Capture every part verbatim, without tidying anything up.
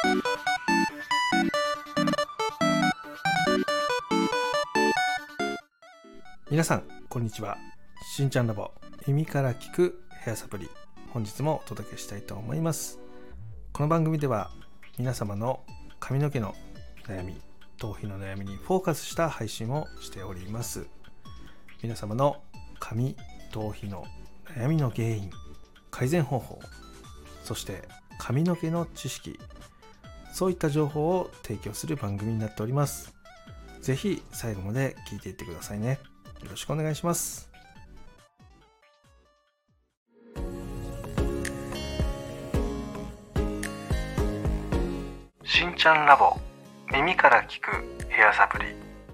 皆さんこんにちは。しんちゃんラボ耳から聞くヘアサプリ、本日もお届けしたいと思います。この番組では皆様の髪の毛の悩み、頭皮の悩みにフォーカスした配信をしております。皆様の髪、頭皮の悩みの原因、改善方法、そして髪の毛の知識、そういった情報を提供する番組になっております。ぜひ最後まで聞いていってくださいね。よろしくお願いします。しんちゃんラボ耳から聞くヘアサプリ。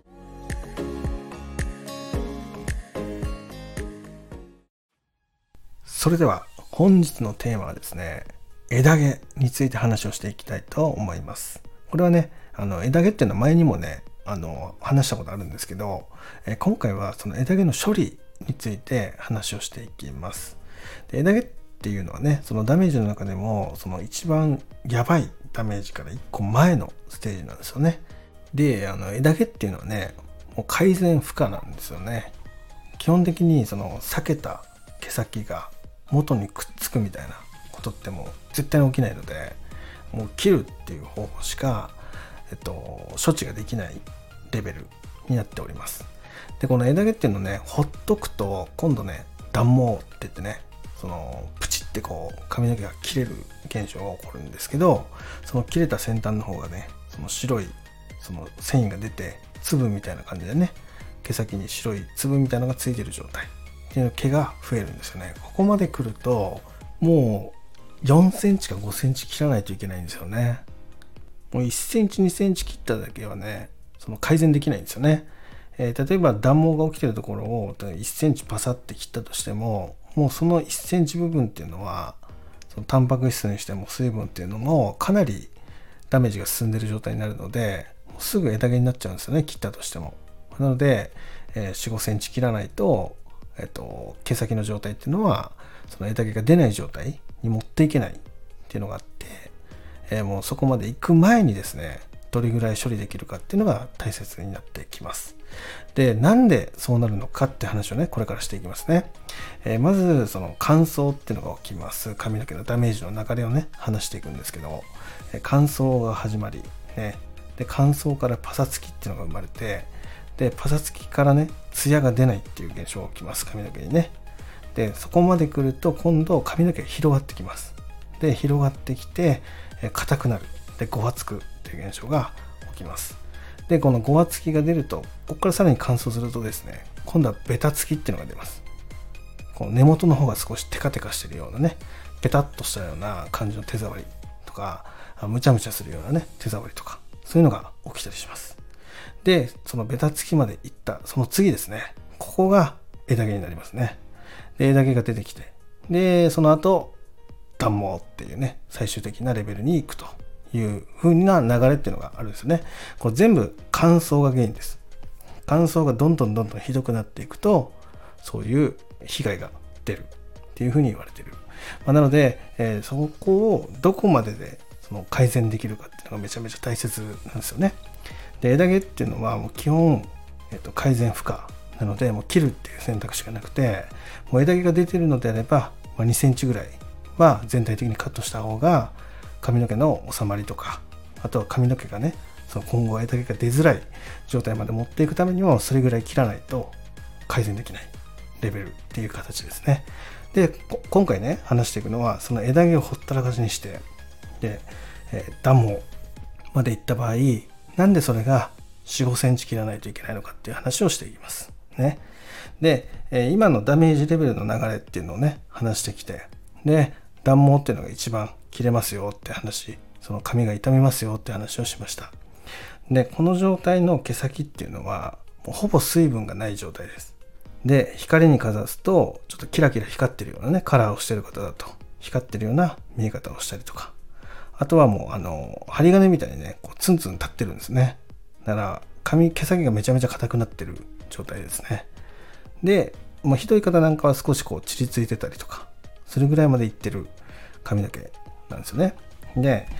それでは本日のテーマはですね、枝毛について話をしていきたいと思います。これはね、あの枝毛っていうのは前にもねあの話したことあるんですけど、え今回はその枝毛の処理について話をしていきます。で、枝毛っていうのはね、そのダメージの中でもその一番やばいダメージからいっこまえのステージなんですよね。で、あの枝毛っていうのはね、もう改善不可なんですよね。基本的にその裂けた毛先が元にくっつくみたいなことってもう絶対に起きないので、もう切るっていう方法しか、えっと、処置ができないレベルになっております。で、この枝毛っていうのね、ほっとくと今度ね、断毛って言ってね、そのプチってこう髪の毛が切れる現象が起こるんですけど、その切れた先端の方がね、その白いその繊維が出て粒みたいな感じでね、毛先に白い粒みたいなのがついてる状態っていう毛が増えるんですよね。ここまで来るともうよんセンチかごセンチ切らないといけないんですよね。もういっセンチにセンチ切っただけはね、その改善できないんですよね。えー、例えば断毛が起きてるところをいっセンチパサって切ったとしても、もうそのいっセンチ部分っていうのはそのタンパク質にしても水分っていうのもかなりダメージが進んでる状態になるので、もうすぐ枝毛になっちゃうんですよね、切ったとしても。なので、えー、よん、ごセンチ切らないと、えっと、毛先の状態っていうのはその枝毛が出ない状態に持っていけないっていうのがあって、えー、もうそこまで行く前にですね、どれぐらい処理できるかっていうのが大切になってきます。で、なんでそうなるのかって話をね、これからしていきますね。えー、まずその乾燥っていうのが起きます。髪の毛のダメージの流れをね、話していくんですけど、えー、乾燥が始まり、ね、で乾燥からパサつきっていうのが生まれて、でパサつきからね、ツヤが出ないっていう現象が起きます、髪の毛にね。でそこまで来ると今度髪の毛が広がってきます。で広がってきて硬くなる、でごわつくっていう現象が起きます。でこのごわつきが出ると、ここからさらに乾燥するとですね、今度はベタつきっていうのが出ます。この根元の方が少しテカテカしてるようなね、ペタッとしたような感じの手触りとか、ムチャムチャするようなね手触りとか、そういうのが起きたりします。でそのベタつきまでいったその次ですね、ここが枝毛になりますね。で枝毛が出てきて、でその後断毛っていうね、最終的なレベルに行くという風な流れっていうのがあるんですよね。これ全部乾燥が原因です。乾燥がどんどんどんどんひどくなっていくと、そういう被害が出るっていう風に言われている。まあ、なので、えー、そこをどこまででその改善できるかっていうのがめちゃめちゃ大切なんですよね。で枝毛っていうのはもう基本、えー、と改善不可なので、もう切るっていう選択肢がなくて、もう枝毛が出てるのであれば、まあ、にセンチぐらいは全体的にカットした方が髪の毛の収まりとか、あとは髪の毛がね、その今後枝毛が出づらい状態まで持っていくためにも、それぐらい切らないと改善できないレベルっていう形ですね。で今回ね話していくのは、その枝毛をほったらかしにしてで、えー、断毛までいった場合、なんでそれがよん、ごセンチ切らないといけないのかっていう話をしていきますね。で、えー、今のダメージレベルの流れっていうのをね話してきて、で断毛っていうのが一番切れますよって話、その髪が傷みますよって話をしました。でこの状態の毛先っていうのはもうほぼ水分がない状態です。で光にかざすとちょっとキラキラ光ってるようなねカラーをしてる方だと光ってるような見え方をしたりとか、あとはもうあの針金みたいにねこうツンツン立ってるんですね。だから髪毛先がめちゃめちゃ硬くなってる状態ですね。で、まあ、ひどい方なんかは少しこうちりついてたりとかするぐらいまでいってる髪の毛なんですよね。で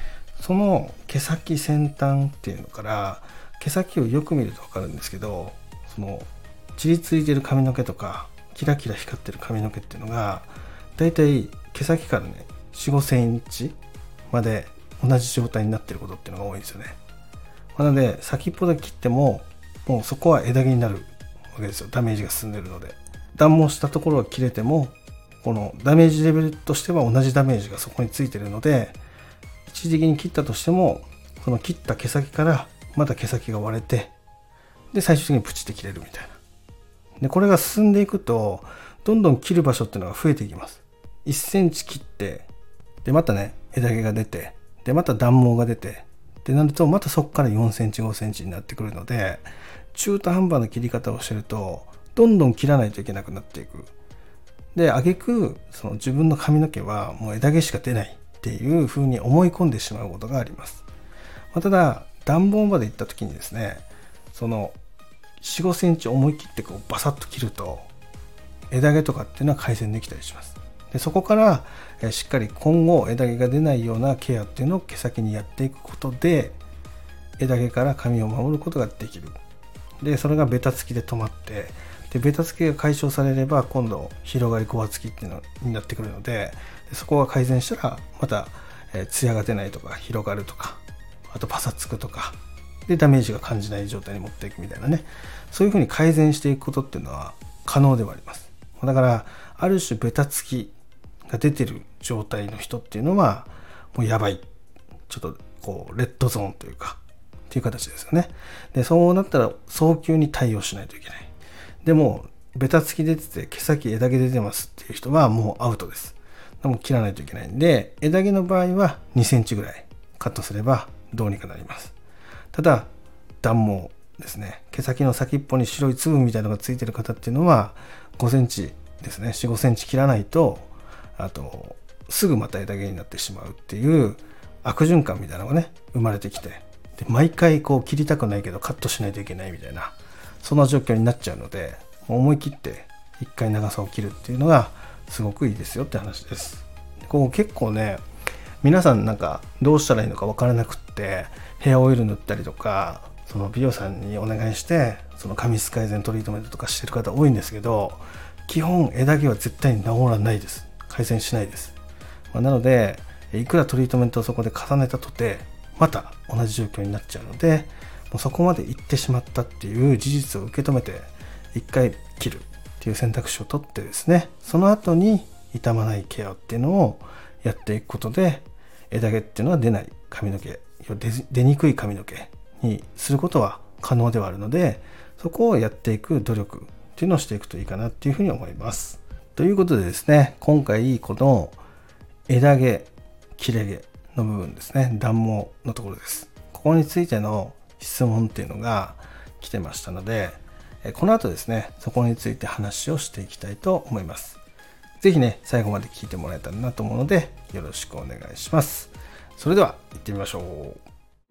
その毛先先端っていうのから毛先をよく見ると分かるんですけど、そのちりついてる髪の毛とかキラキラ光ってる髪の毛っていうのがだいたい毛先からね よん、ごセンチまで同じ状態になってることっていうのが多いんですよね。なので先っぽだけ切ってももうそこは枝毛になるわけですよ。ダメージが進んでるので。断毛したところが切れてもこのダメージレベルとしては同じダメージがそこについてるので、一時的に切ったとしてもその切った毛先からまた毛先が割れて、で最終的にプチって切れるみたいな。でこれが進んでいくとどんどん切る場所っていうのが増えていきます。いっセンチ切ってでまたね枝毛が出てでまた断毛が出てってなるとまたそこからよんセンチごセンチになってくるので、中途半端な切り方をしてるとどんどん切らないといけなくなっていく。で挙句その自分の髪の毛はもう枝毛しか出ないっていう風に思い込んでしまうことがあります。まあ、ただ断毛まで行った時にですね、そのよん、ごセンチ思い切ってこうバサッと切ると枝毛とかっていうのは改善できたりします。でそこからえしっかり今後枝毛が出ないようなケアっていうのを毛先にやっていくことで枝毛から髪を守ることができる。でそれがベタつきで止まって、でベタつきが解消されれば今度広がりごわつきっていうのになってくるので、でそこが改善したらまたえツヤが出ないとか広がるとか、あとパサつくとかでダメージが感じない状態に持っていくみたいなね、そういう風に改善していくことっていうのは可能ではあります。だからある種ベタつきが出てる状態の人っていうのはもうやばい、ちょっとこうレッドゾーンというかっていう形ですよね。でそうなったら早急に対応しないといけない。でもベタつき出てて毛先枝毛出てますっていう人はもうアウトです。でも切らないといけないんで、枝毛の場合はにセンチぐらいカットすればどうにかなります。ただ断毛ですね、毛先の先っぽに白い粒みたいなのがついてる方っていうのはごセンチですね、よん、ごセンチ切らないとあとすぐまた枝毛になってしまうっていう悪循環みたいなのがね生まれてきて、で毎回こう切りたくないけどカットしないといけないみたいな、そんな状況になっちゃうので、思い切って一回長さを切るっていうのがすごくいいですよって話です。こう結構ね皆さんなんかどうしたらいいのか分からなくってヘアオイル塗ったりとかその美容師さんにお願いしてその髪質改善トリートメントとかしてる方多いんですけど、基本枝毛は絶対に治らないです。改善しないです。まあ、なのでいくらトリートメントをそこで重ねたとてまた同じ状況になっちゃうので、もうそこまで行ってしまったっていう事実を受け止めて一回切るっていう選択肢を取ってですね、その後に傷まないケアっていうのをやっていくことで枝毛っていうのは出ない髪の毛、出, 出にくい髪の毛にすることは可能ではあるので、そこをやっていく努力っていうのをしていくといいかなっていうふうに思います。ということでですね、今回この枝毛切れ毛の部分ですね、断毛のところです。ここについての質問っていうのが来てましたので、この後ですねそこについて話をしていきたいと思います。ぜひね最後まで聞いてもらえたらなと思うのでよろしくお願いします。それでは行ってみましょう。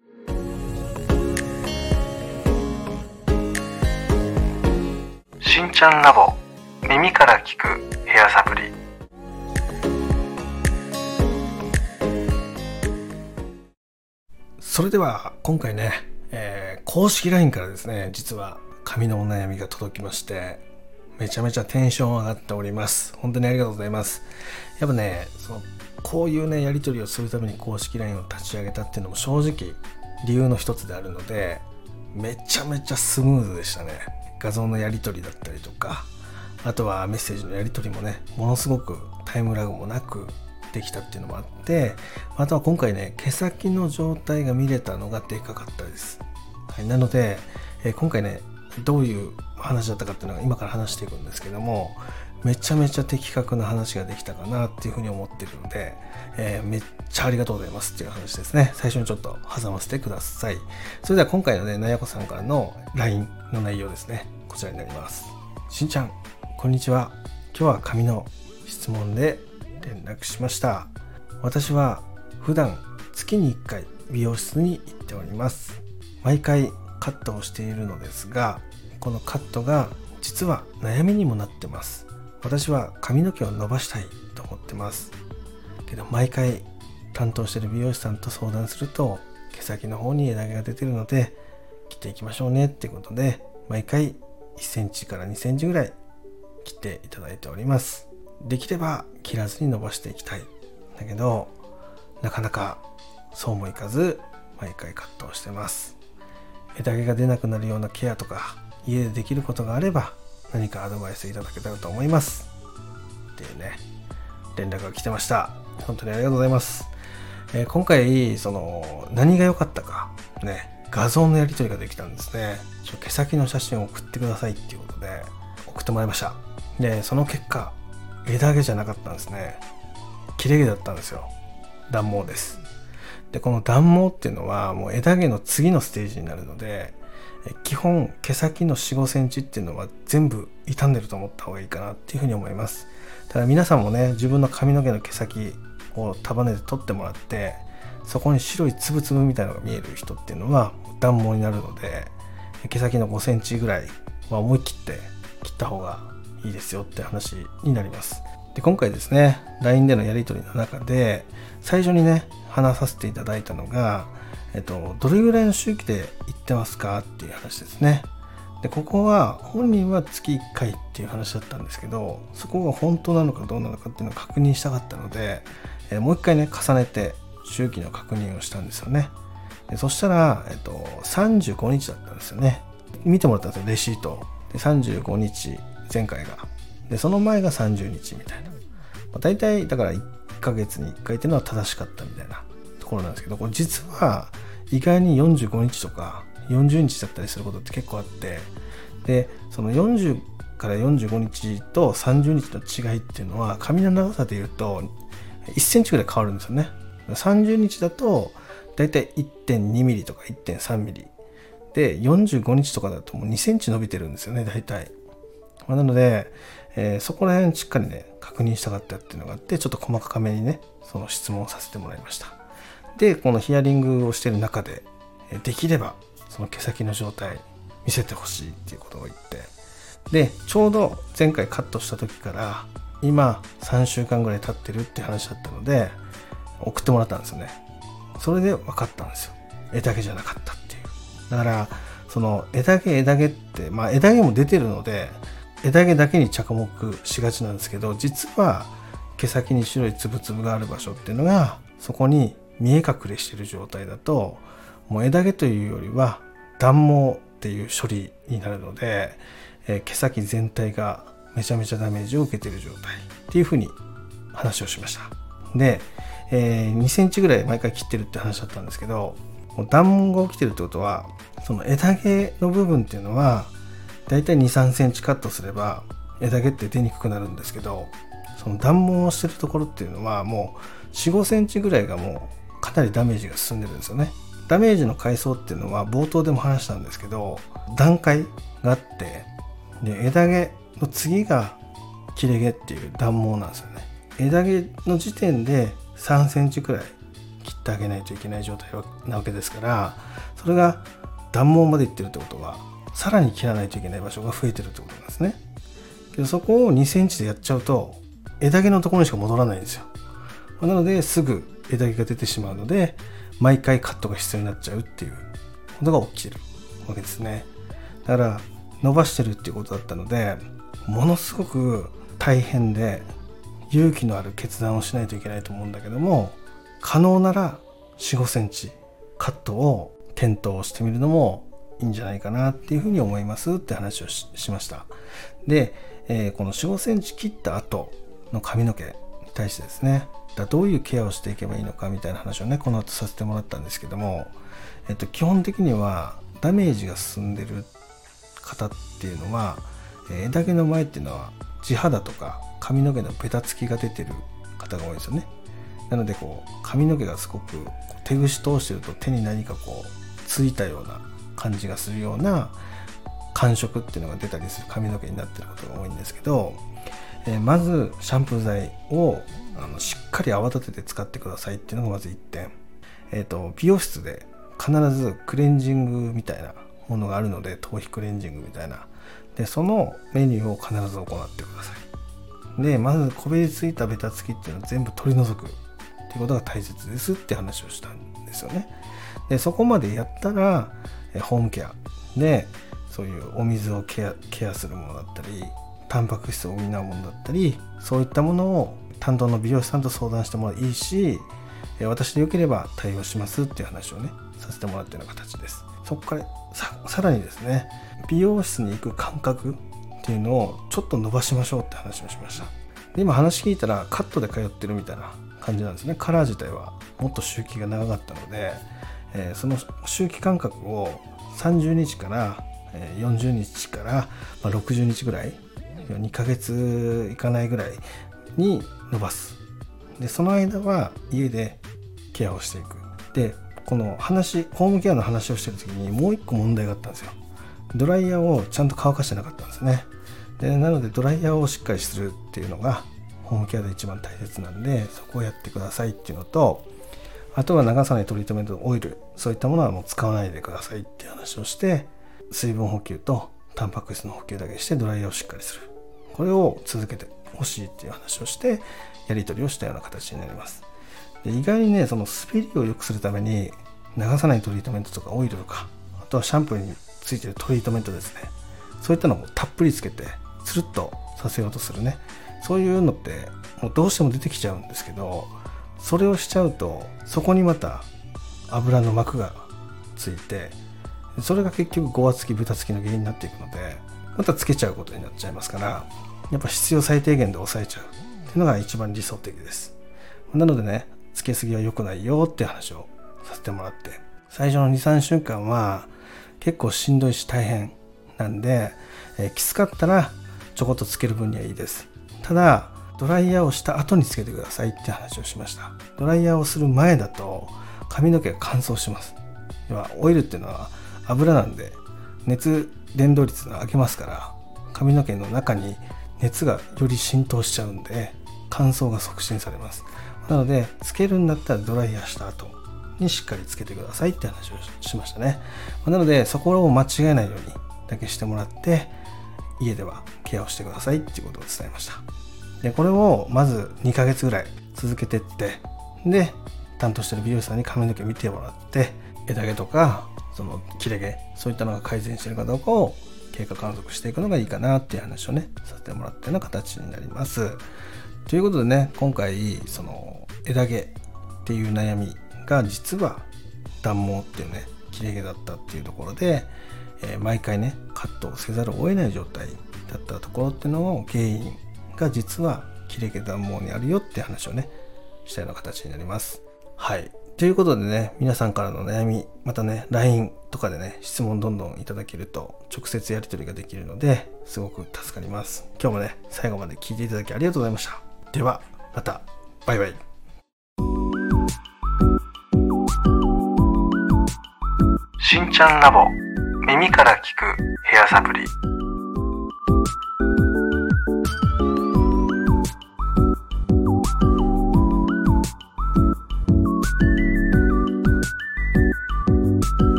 しんちゃんラボ耳から聞くヘアサプリ。それでは今回ね、えー、公式 ライン からですね実は髪のお悩みが届きまして、めちゃめちゃテンション上がっております。本当にありがとうございます。やっぱねそのこういうねやり取りをするために公式 ライン を立ち上げたっていうのも正直理由の一つであるので、めちゃめちゃスムーズでしたね。画像のやり取りだったりとか、あとはメッセージのやり取りもねものすごくタイムラグもなくできたっていうのもあって、あとは今回ね毛先の状態が見れたのがでかかったです。はい、なので、えー、今回ねどういう話だったかっていうのが今から話していくんですけども、めちゃめちゃ的確な話ができたかなっていうふうに思っているので、えー、めっちゃありがとうございますっていう話ですね。最初にちょっと挟ませてください。それでは今回のねなやこさんからの ライン の内容ですね、こちらになります。しんちゃんこんにちは。今日は髪の質問で連絡しました。私は普段月にいっかい美容室に行っております。毎回カットをしているのですが、このカットが実は悩みにもなってます。私は髪の毛を伸ばしたいと思ってますけど、毎回担当している美容師さんと相談すると、毛先の方に枝毛が出てるので切っていきましょうねっていうことで、毎回いっセンチからにセンチぐらい切っていただいております。できれば切らずに伸ばしていきたいだけど、なかなかそうもいかず毎回カットをしてます。枝毛が出なくなるようなケアとか家でできることがあれば何かアドバイスいただけたらと思いますっていうね、連絡が来てました。本当にありがとうございます。えー、今回その何が良かったかね、画像のやり取りができたんですね。ちょ毛先の写真を送ってくださいっていうことで送ってもらいました。でその結果、枝毛じゃなかったんですね。切れ毛だったんですよ。断毛です。でこの断毛っていうのはもう枝毛の次のステージになるので、基本毛先の よん、ごセンチっていうのは全部傷んでると思った方がいいかなっていうふうに思います。ただ皆さんもね、自分の髪の毛の毛先を束ねて取ってもらって、そこに白いつぶつぶみたいなのが見える人っていうのは断毛になるので、毛先のごセンチぐらいは思い切って切った方がいいですよって話になります。で今回ですね、 ライン でのやり取りの中で最初にね話させていただいたのが、えっと、どれぐらいの周期で行ってますかっていう話ですね。でここは本人は月いっかいっていう話だったんですけど、そこが本当なのかどうなのかっていうのを確認したかったので、えー、もう一回ね重ねて周期の確認をしたんですよね。でそしたら、えっと、さんじゅうごにちだったんですよね。見てもらったんですよ、レシートでさんじゅうごにち前回がで、その前がさんじゅうにちみたいな、まあ、大体だからいっかげつにいっかいっていうのは正しかったみたいなところなんですけど、これ実は意外によんじゅうごにちとかよんじゅうにちだったりすることって結構あって、でそのよんじゅうからよんじゅうごにちとさんじゅうにちの違いっていうのは髪の長さでいうといっセンチぐらい変わるんですよね。さんじゅうにちだとだいたい いってんにミリとか いってんさんミリで、よんじゅうごにちとかだともうにセンチ伸びてるんですよね、大体。まあ、なので、えー、そこら辺しっかりね確認したかったっていうのがあって、ちょっと細かめにねその質問をさせてもらいました。でこのヒアリングをしている中で、できればその毛先の状態見せてほしいっていうことを言って、でちょうど前回カットした時から今さんしゅうかんぐらい経ってるって話だったので送ってもらったんですよね。それで分かったんですよ、枝毛じゃなかったっていう。だからその枝毛枝毛ってまあ枝毛も出てるので枝毛だけに着目しがちなんですけど、実は毛先に白いつぶつぶがある場所っていうのがそこに見え隠れしている状態だと、もう枝毛というよりは断毛っていう処理になるので、えー、毛先全体がめちゃめちゃダメージを受けている状態っていうふうに話をしました。で、えー、にセンチぐらい毎回切ってるって話だったんですけど、もう断毛が起きてるってことはその枝毛の部分っていうのはだいたいに、さんセンチカットすれば枝毛って出にくくなるんですけど、その断毛をしてるところっていうのはもうよん、ごセンチぐらいがもうかなりダメージが進んでるんですよね。ダメージの階層っていうのは冒頭でも話したんですけど、段階があって、で枝毛の次が切れ毛っていう断毛なんですよね。枝毛の時点でさんセンチくらい切ってあげないといけない状態なわけですから、それが断毛までいってるってことはさらに切らないといけない場所が増えてるってことなんですね。けどそこをにセンチでやっちゃうと枝毛のところにしか戻らないんですよ。なのですぐ枝毛が出てしまうので毎回カットが必要になっちゃうっていうことが起きてるわけですね。だから伸ばしてるっていうことだったので、ものすごく大変で勇気のある決断をしないといけないと思うんだけども、可能ならよん、ごセンチカットを検討してみるのもいいんじゃないかなっていうふうに思いますって話を し, しました。で、えー、このよん、ごセンチ切った後の髪の毛に対してですね、どういうケアをしていけばいいのかみたいな話をねこの後させてもらったんですけども、えっと、基本的にはダメージが進んでる方っていうのは枝毛の前っていうのは地肌とか髪の毛のベタつきが出てる方が多いんですよね。なのでこう髪の毛がすごく手ぐし通してると手に何かこうついたような感じがするような感触っていうのが出たりする髪の毛になってることが多いんですけど、えー、まずシャンプー剤をあのしっかり泡立てて使ってくださいっていうのがまずいってん、えーと、美容室で必ずクレンジングみたいなものがあるので、頭皮クレンジングみたいなでそのメニューを必ず行ってください。でまずこびりついたベタつきっていうのを全部取り除くっていういうことが大切ですって話をしたんですよね。でそこまでやったらホームケアでそういうお水をケア、ケアするものだったりタンパク質を補うものだったりそういったものを担当の美容師さんと相談してもらいいし、私でよければ対応しますっていう話をねさせてもらっているような形です。そこから さ, さらにですね美容室に行く間隔っていうのをちょっと伸ばしましょうって話をしました。で今話聞いたらカットで通ってるみたいな感じなんですね。カラー自体はもっと周期が長かったので、えー、その周期間隔をさんじゅうにちからよんじゅうにちからろくじゅうにちぐらいにかげついかないぐらいに伸ばす。でその間は家でケアをしていく。でこの話ホームケアの話をしてる時にもう一個問題があったんですよ。ドライヤーをちゃんと乾かしてなかったんですね。でなのでドライヤーをしっかりするっていうのがホームケアで一番大切なんで、そこをやってくださいっていうのと、あとは流さないトリートメントオイルそういったものはもう使わないでくださいっていう話をして、水分補給とタンパク質の補給だけしてドライヤーをしっかりする、これを続けてほしいっていう話をしてやり取りをしたような形になります。で意外にねその滑りを良くするために流さないトリートメントとかオイルとか、あとはシャンプーについてるトリートメントですね、そういったのをたっぷりつけてつるっとさせようとするね、そういうのってもうどうしても出てきちゃうんですけど、それをしちゃうとそこにまた油の膜がついて、それが結局ごわつき豚つきの原因になっていくので、またつけちゃうことになっちゃいますから、やっぱ必要最低限で抑えちゃうっていうのが一番理想的です。なのでねつけすぎは良くないよっていう話をさせてもらって、最初の にさんしゅうかんは結構しんどいし大変なんで、えー、きつかったらちょこっとつける分にはいいです。ただドライヤーをした後につけてくださいって話をしました。ドライヤーをする前だと髪の毛が乾燥します。要はオイルっていうのは油なんで熱伝導率が上げますから、髪の毛の中に熱がより浸透しちゃうんで乾燥が促進されます。なのでつけるんだったらドライヤーした後にしっかりつけてくださいって話をしましたね。なのでそこを間違えないようにだけしてもらって家ではケアをしてくださいっていうことを伝えました。でこれをまずにかげつぐらい続けてって、で担当してる美容師さんに髪の毛見てもらって枝毛とかその切れ毛そういったのが改善しているかどうかを経過観測していくのがいいかなっていう話をねさせてもらったような形になります。ということでね今回その枝毛っていう悩みが実は断毛っていうね切れ毛だったっていうところで、えー、毎回ねカットをせざるを得ない状態だったところっていうのを原因が実は切れ毛断毛にあるよって話をねしたような形になります。はい、ということでね皆さんからの悩みまたね ライン とかでね質問どんどんいただけると直接やり取りができるのですごく助かります。今日もね最後まで聞いていただきありがとうございました。ではまたバイバイ。 しんちゃんラボ耳から聞くヘアサプリ。